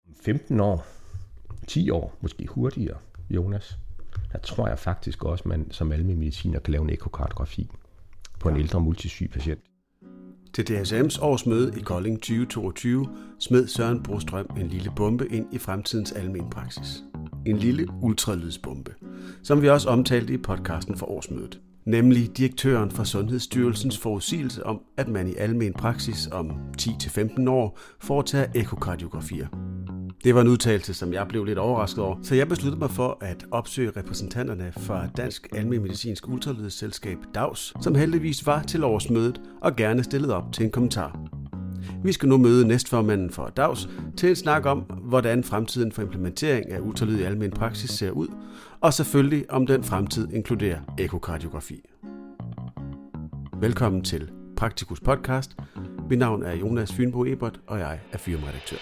15 år, 10 år, måske hurtigere, Jonas, der tror jeg faktisk også, man som almen mediciner kan lave en ekokardiografi på en ældre multisyg patient. Til DSM's årsmøde i Kolding 2022 smed Søren Brostrøm en lille bombe ind i fremtidens almenpraksis. En lille ultralydsbombe, som vi også omtalte i podcasten for årsmødet. Nemlig direktøren for Sundhedsstyrelsens forudsigelse om, at man i almen praksis om 10-15 år foretager ekokardiografier. Det var en udtalelse, som jeg blev lidt overrasket over, så jeg besluttede mig for at opsøge repræsentanterne fra Dansk Almenmedicinsk Ultralydsselskab DAUS, som heldigvis var til årsmødet og gerne stillede op til en kommentar. Vi skal nu møde næstformanden for DAUS til en snak om, hvordan fremtiden for implementering af ultralyd i almen praksis ser ud, og selvfølgelig om den fremtid inkluderer ekokardiografi. Velkommen til Praktikus Podcast. Mit navn er Jonas Fynbo Ebert, og jeg er firmaredaktør.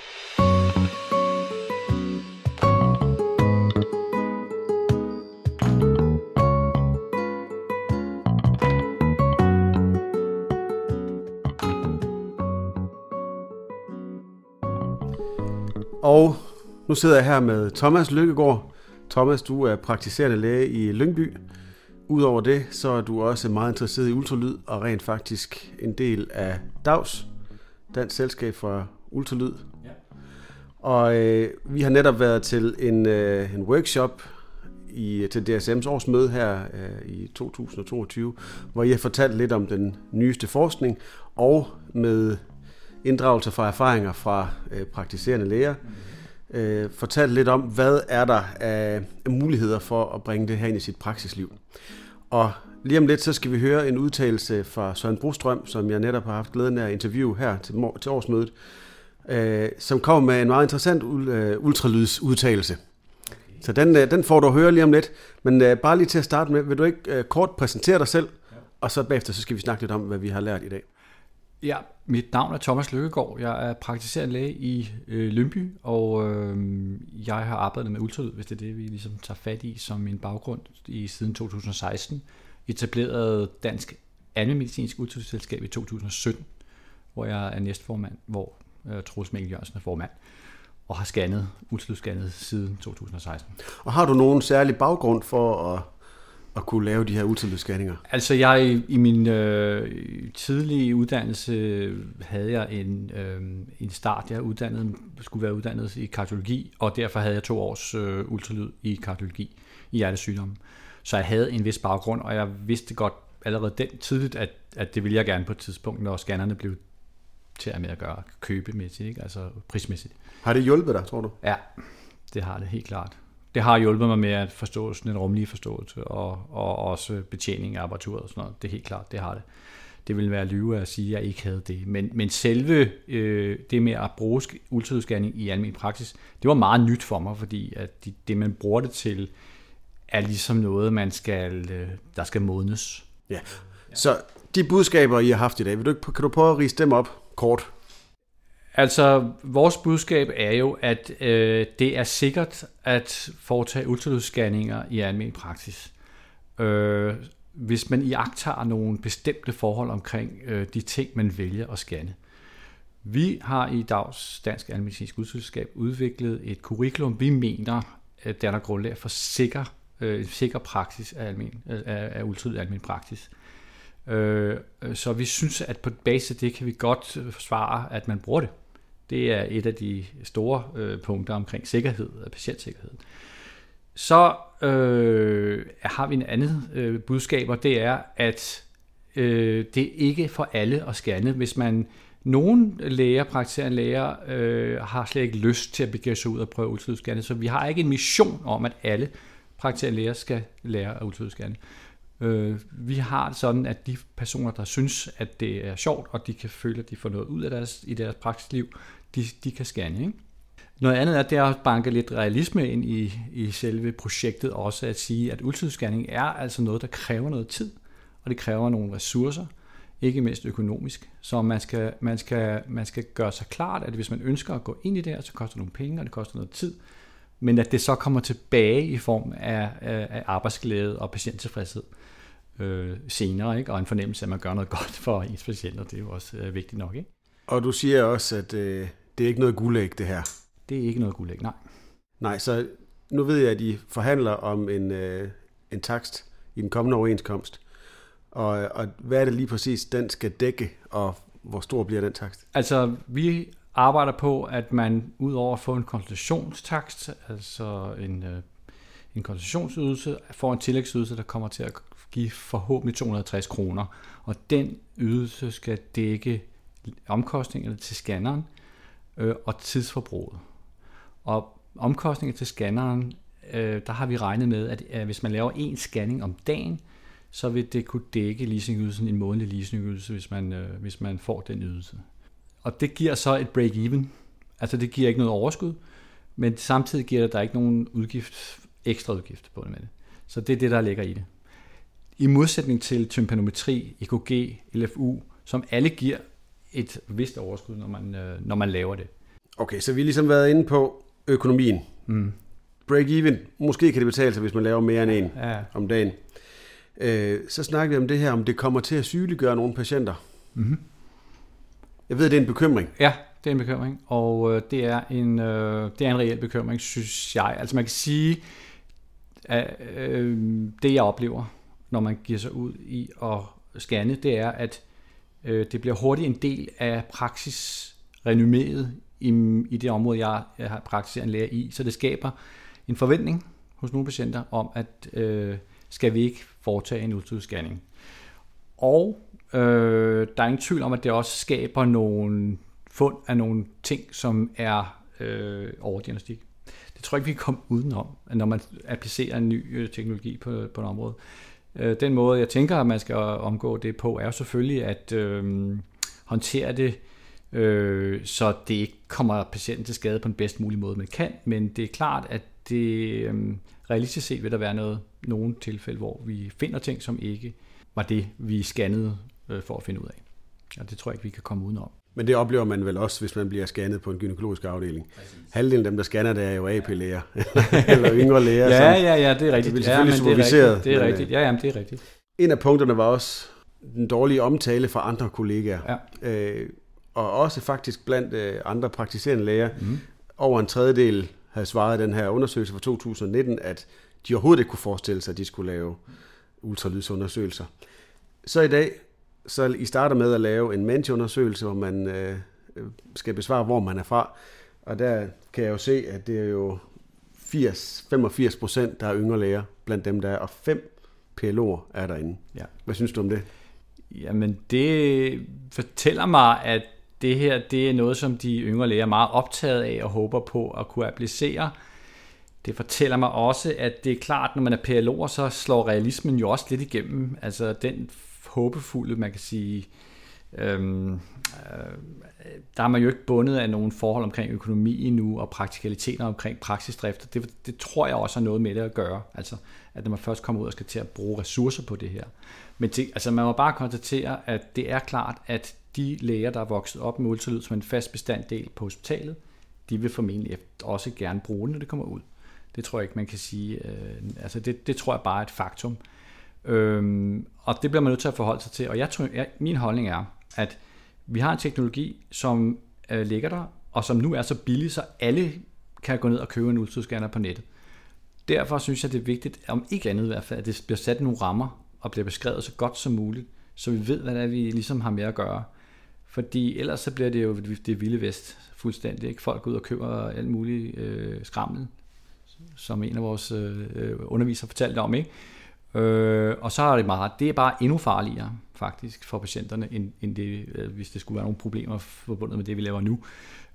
Og nu sidder jeg her med Thomas Lykkegaard. Thomas, du er praktiserende læge i Lyngby. Udover det, så er du også meget interesseret i ultralyd, og rent faktisk en del af DAUS, Dansk Selskab for Ultralyd. Ja. Og vi har netop været til en workshop til DSM's årsmøde her i 2022, hvor I har fortalt lidt om den nyeste forskning, og med inddragelse fra erfaringer fra praktiserende læger, fortalt lidt om, hvad er der af muligheder for at bringe det her ind i sit praksisliv. Og lige om lidt, så skal vi høre en udtalelse fra Søren Brostrøm, som jeg netop har haft glæden af at interviewe her til årsmødet, som kommer med en meget interessant ultralydsudtalelse. Så den får du at høre lige om lidt. Men bare lige til at starte med, vil du ikke kort præsentere dig selv, og så bagefter så skal vi snakke lidt om, hvad vi har lært i dag. Ja, mit navn er Thomas Lykkegaard. Jeg er praktiserende læge i Lyngby, og jeg har arbejdet med ultralyd, hvis det er det, vi ligesom tager fat i som min baggrund siden 2016. Etableret Dansk Almenmedicinsk Ultralydsselskab i 2017, hvor jeg er næstformand, hvor Troels Mikkel Jørgensen er formand, og har ultralydsscannet siden 2016. Og har du nogen særlig baggrund for at kunne lave de her ultralydsscanninger? Altså jeg i min tidlige uddannelse havde jeg en start. Jeg skulle være uddannet i kardiologi, og derfor havde jeg 2 års ultralyd i kardiologi i hjertesygdomme. Så jeg havde en vis baggrund, og jeg vidste godt allerede tidligt, at det ville jeg gerne på et tidspunkt, når scannerne blev til at med at gøre købemæssigt, ikke? Altså prismæssigt. Har det hjulpet dig, tror du? Ja, det har det helt klart. Det har hjulpet mig med at forstå sådan en rummelig forståelse, og også betjening af apparaturet og sådan noget. Det er helt klart, det har det. Det ville være lyve at sige, at jeg ikke havde det. Men selve det med at bruge ultralydsscanning i almen praksis, det var meget nyt for mig, fordi at det man bruger det til, er ligesom noget, der skal modnes. Ja, så de budskaber, I har haft i dag, kan du prøve at ridse dem op kort? Altså, vores budskab er jo, at det er sikkert at foretage ultralydsscanninger i almen praksis. Hvis man iagttager nogle bestemte forhold omkring de ting, man vælger at scanne. Vi har i DAUS, Dansk Almenmedicinsk Ultralydsselskab, udviklet et curriculum, vi mener, at der er grundlag for sikker praksis af ultralyd i almen praksis. Så vi synes, at på basis af det kan vi godt forsvare, at man bruger det. Det er et af de store punkter omkring sikkerhed og patientsikkerhed. Så har vi en anden budskab, og det er, at det ikke er for alle at scanne. Hvis nogle praktiserende læger har slet ikke lyst til at begive sig ud og prøve ultralydsscanne, så vi har ikke en mission om, at alle praktiserende læger skal lære at ultralydsscanne. Vi har sådan, at de personer, der synes, at det er sjovt, og de kan føle, at de får noget ud af i deres praksisliv, de kan scanne. Ikke? Noget andet er, det er at banke lidt realisme ind i selve projektet, også at sige, at ultralydsscanning er altså noget, der kræver noget tid, og det kræver nogle ressourcer, ikke mindst økonomisk. Så man skal gøre sig klart, at hvis man ønsker at gå ind i det her, så koster det nogle penge, og det koster noget tid, men at det så kommer tilbage i form af arbejdsglæde og patienttilfredshed senere, ikke? Og en fornemmelse af, at man gør noget godt for ens patienter, det er jo også vigtigt nok. Ikke? Og du siger også, at det er ikke noget guldæg, det her. Det er ikke noget guldæg, nej. Nej, så nu ved jeg, at I forhandler om en takst i den kommende overenskomst. Og hvad er det lige præcis, den skal dække, og hvor stor bliver den takst? Altså, vi arbejder på, at man udover at få en konsultationstakst, altså en konsultationsydelse, får en tillægsydelse, der kommer til at give forhåbentlig 260 kroner. Og den ydelse skal dække omkostningerne til scanneren og tidsforbruget. Og omkostninger til scanneren, der har vi regnet med, at hvis man laver en scanning om dagen, så vil det kunne dække leasingydelsen, en månedlig leasingydelse, hvis man får den ydelse. Og det giver så et break-even. Altså det giver ikke noget overskud, men samtidig giver der ikke nogen ekstra udgift på det med det. Så det er det, der ligger i det. I modsætning til tympanometri, EKG, LFU, som alle giver et vist overskud, når man laver det. Okay, så vi har ligesom været inde på økonomien. Break-even, måske kan det betale sig, hvis man laver mere end en om dagen. Så snakker vi om det her, om det kommer til at sygeliggøre nogle patienter. Mm-hmm. Jeg ved, det er en bekymring. Ja, det er en bekymring, og det er en reel bekymring, synes jeg. Altså man kan sige, at det jeg oplever, når man giver sig ud i at scanne, det er, at det bliver hurtigt en del af praksisrenomméet i det område, jeg har praktiserende læge i. Så det skaber en forventning hos nogle patienter om, at skal vi ikke foretage en ultralydsscanning. Og der er ingen tvivl om, at det også skaber nogle fund af nogle ting, som er overdiagnostik. Det tror jeg ikke, vi kan komme udenom, når man applicerer en ny teknologi på et område. Den måde, jeg tænker, at man skal omgå det på, er jo selvfølgelig at håndtere det, så det ikke kommer patienten til skade på den bedst mulige måde, man kan. Men det er klart, at det realistisk set vil der være nogle tilfælde, hvor vi finder ting, som ikke var det, vi scannede for at finde ud af. Og det tror jeg ikke, vi kan komme udenom. Men det oplever man vel også, hvis man bliver scannet på en gynækologisk afdeling. Halvdelen af dem, der scanner, det er jo AP-læger, eller yngre læger. Ja, det er rigtigt. Det er superviseret. Det er rigtigt. Ja, det er rigtigt. En af punkterne var også den dårlige omtale fra andre kollegaer. Ja. Og også faktisk blandt andre praktiserende læger. Over en tredjedel havde svaret i den her undersøgelse fra 2019, at de overhovedet ikke kunne forestille sig, at de skulle lave ultralydsundersøgelser. Så i dag, så I starter med at lave en Menti-undersøgelse, hvor man skal besvare, hvor man er fra. Og der kan jeg jo se, at det er jo 85%, der er yngre læger blandt dem, der er, og 5 PLO'er er derinde. Ja. Hvad synes du om det? Jamen, det fortæller mig, at det her, det er noget, som de yngre læger er meget optaget af og håber på at kunne applicere. Det fortæller mig også, at det er klart, når man er PLO'er, så slår realismen jo også lidt igennem. Altså den håbefulde, man kan sige, der er man jo ikke bundet af nogle forhold omkring økonomi endnu, og praktikaliteter omkring praksisdrift. Det tror jeg også har noget med det at gøre. Altså, at når man først kommer ud og skal til at bruge ressourcer på det her. Men man må bare konstatere, at det er klart, at de læger, der er vokset op med ultralyd som en fast bestanddel på hospitalet, de vil formentlig også gerne bruge det, når det kommer ud. Det tror jeg ikke, man kan sige. Altså det tror jeg bare er et faktum. Og det bliver man nødt til at forholde sig til. Og min holdning er, at vi har en teknologi, som ligger der, og som nu er så billig, så alle kan gå ned og købe en ultralydsscanner på nettet. Derfor synes jeg, det er vigtigt, om ikke andet i hvert fald, at det bliver sat nogle rammer og bliver beskrevet så godt som muligt, så vi ved, hvad det er, vi ligesom har med at gøre. Fordi ellers så bliver det jo det vilde vest fuldstændig. Ikke? Folk går ud og køber alt muligt skrammel, som en af vores undervisere fortalte om, ikke? Og så er det er bare endnu farligere faktisk for patienterne, end det, hvis det skulle være nogle problemer forbundet med det, vi laver nu.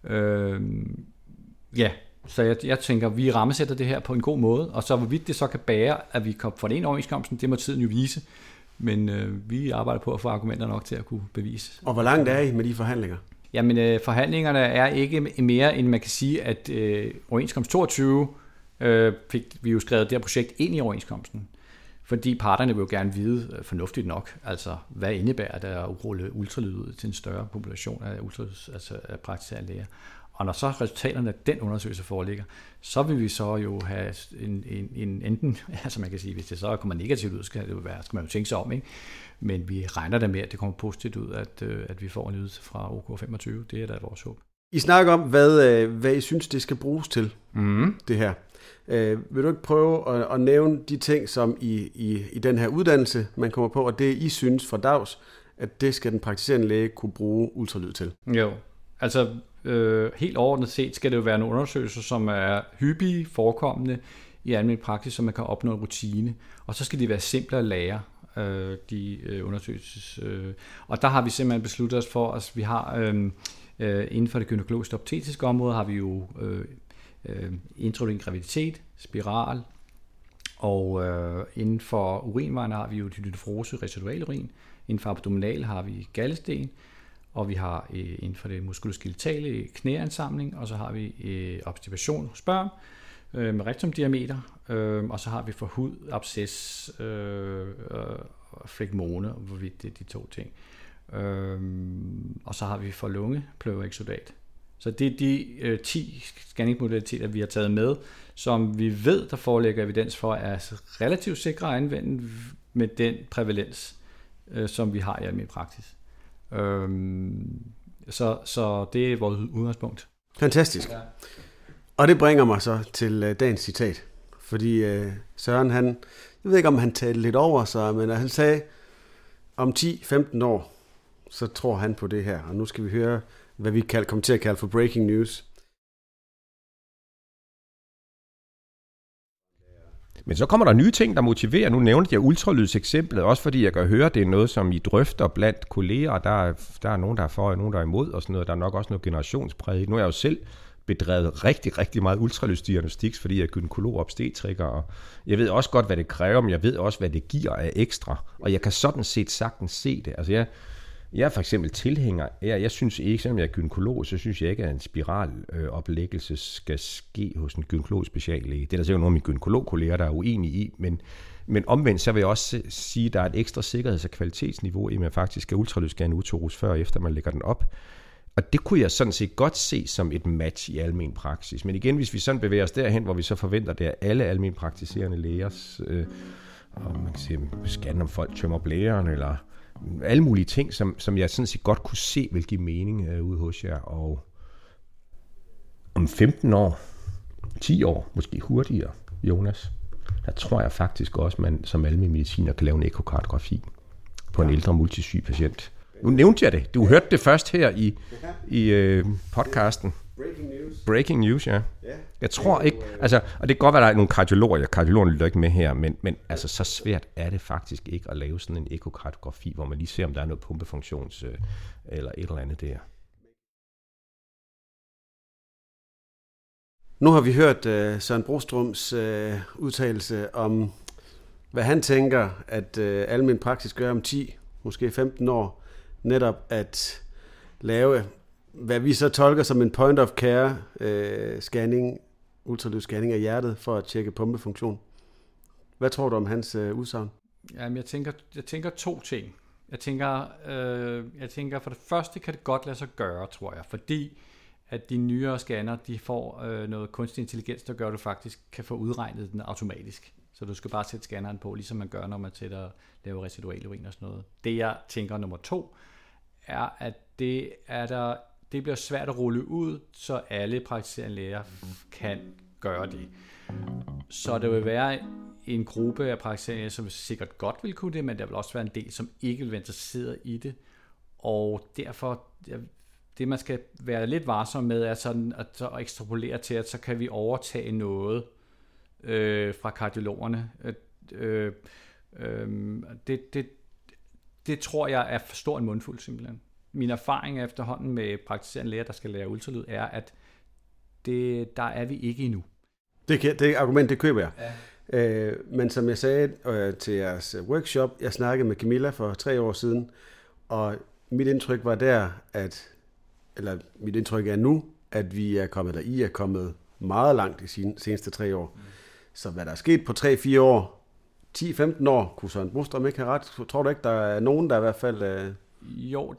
Så jeg tænker, vi rammesætter det her på en god måde, og så hvorvidt det så kan bære, at vi kommer for det ind overenskomsten, det må tiden jo vise. Men vi arbejder på at få argumenter nok til at kunne bevise. Og hvor langt er I med de forhandlinger? Jamen, forhandlingerne er ikke mere, end man kan sige, at overenskomst 22 fik vi jo skrevet det her projekt ind i overenskomsten. Fordi parterne vil jo gerne vide fornuftigt nok, altså hvad indebærer det at rulle ultralyd ud til en større population af praktiserende læger. Og når så resultaterne af den undersøgelse foreligger, så vil vi så jo have en enten, altså man kan sige, hvis det så kommer negativt ud, skal man jo tænke sig om, ikke? Men vi regner da med, at det kommer positivt ud, at vi får en ydelse fra OK25. Det er da vores håb. I snakker om, hvad I synes, det skal bruges til, det her. Vil du ikke prøve at nævne de ting, som i den her uddannelse, man kommer på, og det I synes fra dags, at det skal den praktiserende læge kunne bruge ultralyd til? Jo, altså helt overordnet set skal det jo være nogle undersøgelser, som er hyppige forekommende i almen praksis, så man kan opnå en rutine. Og så skal de være simple at lære, de undersøgelses. Og der har vi simpelthen besluttet os for, at vi har inden for det gynækologiske obstetriske område, har vi jo intrauterin graviditet, spiral, og inden for urinvejene har vi jo dynefrose, residualurin. Inden for abdominal har vi galdesten, og vi har inden for det muskuloskeletale knæansamling, og så har vi obstipation hos børn med rektumdiameter, og så har vi for hud, absces og flegmone, hvorvidt det er de to ting. Og så har vi for lunge, pleuroexudat. Så det er de 10 scanningsmodaliteter, vi har taget med, som vi ved, der foreligger evidens for, er relativt sikre at anvende med den prævalens, som vi har i almen praksis. Så det er vores udgangspunkt. Fantastisk. Ja. Og det bringer mig så til dagens citat. Fordi Søren, jeg ved ikke, om han talte lidt over sig, men han sagde, om 10-15 år, så tror han på det her. Og nu skal vi høre, hvad vi kommer til at kalde for breaking news. Men så kommer der nye ting, der motiverer. Nu nævnte jeg ultralydseksemplet, også fordi jeg kan høre, det er noget, som I drøfter blandt kolleger. Der er nogen, der er for, og nogen, der er imod, og sådan noget. Der er nok også noget generationspræget. Nu er jeg jo selv bedrevet rigtig, rigtig meget ultralydsdiagnostik, fordi jeg er gynækolog og obstetriker, og jeg ved også godt, hvad det kræver, men jeg ved også, hvad det giver af ekstra, og jeg kan sådan set sagtens se det. Altså jeg er for eksempel tilhænger af, jeg synes ikke, selvom jeg er gynækolog, så synes jeg ikke, at en spiraloplæggelse skal ske hos en gynækologisk speciallæge. Det er der sikkert nogle af mine gynækologkolleger, der er uenige i, men omvendt så vil jeg også sige, at der er et ekstra sikkerheds- og kvalitetsniveau, i at man faktisk skal ultralydsscanne uterus før og efter man lægger den op. Og det kunne jeg sådan set godt se som et match i almen praksis. Men igen, hvis vi sådan bevæger os derhen, hvor vi så forventer, det er alle almen praktiserende lægers, og man kan sige, scanne om folk tømmer blæren, eller alle mulige ting, som jeg sådan set godt kunne se, vil give mening ude hos jer. Og om 15 år, 10 år, måske hurtigere, Jonas, der tror jeg faktisk også, man som almen mediciner kan lave en ekokardiografi på en ældre multisyg patient. Nu nævnte jeg det. Du hørte det først her i podcasten. Breaking news, ja. Jeg tror ikke, altså, og det kan godt være, der er nogle kardiologer. Kardiologerne lytter ikke med her, men altså, så svært er det faktisk ikke at lave sådan en ekokardiografi, hvor man lige ser, om der er noget pumpefunktions eller et eller andet der. Nu har vi hørt Søren Brostrøms udtalelse om, hvad han tænker, at almen praksis gør om 10, måske 15 år. Netop at lave, hvad vi så tolker som en point of care scanning, ultralydsscanning af hjertet for at tjekke pumpefunktion. Hvad tror du om hans udsagn? Jamen, jeg tænker to ting. Jeg tænker for det første kan det godt lade sig gøre, tror jeg, fordi at de nyere scanner, de får noget kunstig intelligens, der gør, at du faktisk kan få udregnet den automatisk. Så du skal bare sætte scanneren på, ligesom man gør, når man laver residualurin og sådan noget. Det jeg tænker nummer 2, er, at det bliver svært at rulle ud, så alle praktiserende læger kan gøre det. Så der vil være en gruppe af praktiserende læger, som sikkert godt vil kunne det, men der vil også være en del, som ikke vil være interesseret i det. Og derfor, det man skal være lidt varsom med, er sådan at ekstrapolere til, at så kan vi overtage noget fra kardiologerne. Det tror jeg er for stor en mundfuld simpelthen. Min erfaring efterhånden med praktiserende læger, der skal lære ultralyd, er, at der er vi ikke endnu. Det argument, det køber jeg. Ja. Men som jeg sagde til jeres workshop, jeg snakkede med Camilla for 3 år siden, og mit indtryk var der, mit indtryk er nu, at I er kommet meget langt de seneste 3 år. Så hvad der er sket på 3-4 år, 10-15 år, kunne Søren Brostrøm ikke have ret? Tror du ikke, der er nogen, der i hvert fald... Jo,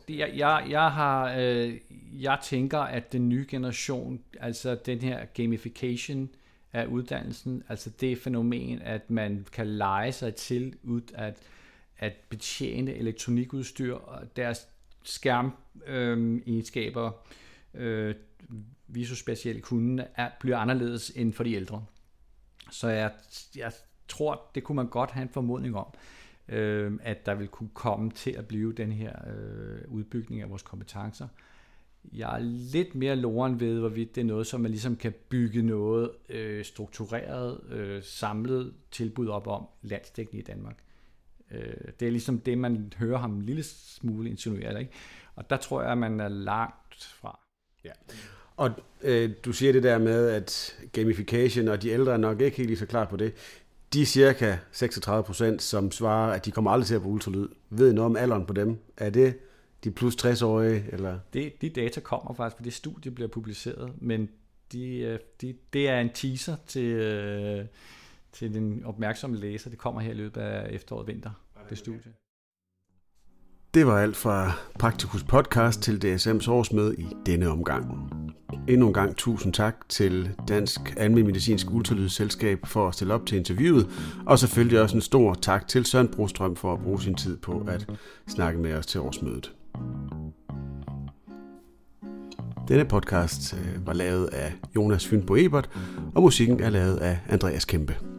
jeg tænker, at den nye generation, altså den her gamification af uddannelsen, altså det fænomen, at man kan lege sig til at betjene elektronikudstyr og deres skærmegenskaber visospatielle kunde bliver anderledes end for de ældre. Så jeg tror, det kunne man godt have en formodning om, at der vil kunne komme til at blive den her udbygning af vores kompetencer. Jeg er lidt mere loren ved, hvorvidt det er noget, som man ligesom kan bygge noget struktureret, samlet tilbud op om landsdækkende i Danmark. Det er ligesom det, man hører ham en lille smule insinuere, ikke? Og der tror jeg, at man er langt fra. Ja. Og du siger det der med, at gamification, og de ældre er nok ikke helt lige så klart på det. De cirka 36%, som svarer, at de kommer aldrig til at bruge ultralyd, ved noget om alderen på dem. Er det de plus 60-årige? Eller? De data kommer faktisk, for det studie bliver publiceret, men det er en teaser til den opmærksomme læser. Det kommer her i løbet af efteråret og vinter, det studie. Det var alt fra Praktikus podcast til DSM's årsmøde i denne omgang. Endnu en gang tusind tak til Dansk Almen Medicinsk Ultralydsselskab for at stille op til interviewet, og selvfølgelig også en stor tak til Søren Brostrøm for at bruge sin tid på at snakke med os til årsmødet. Denne podcast var lavet af Jonas Fynbo Ebert, og musikken er lavet af Andreas Kæmpe.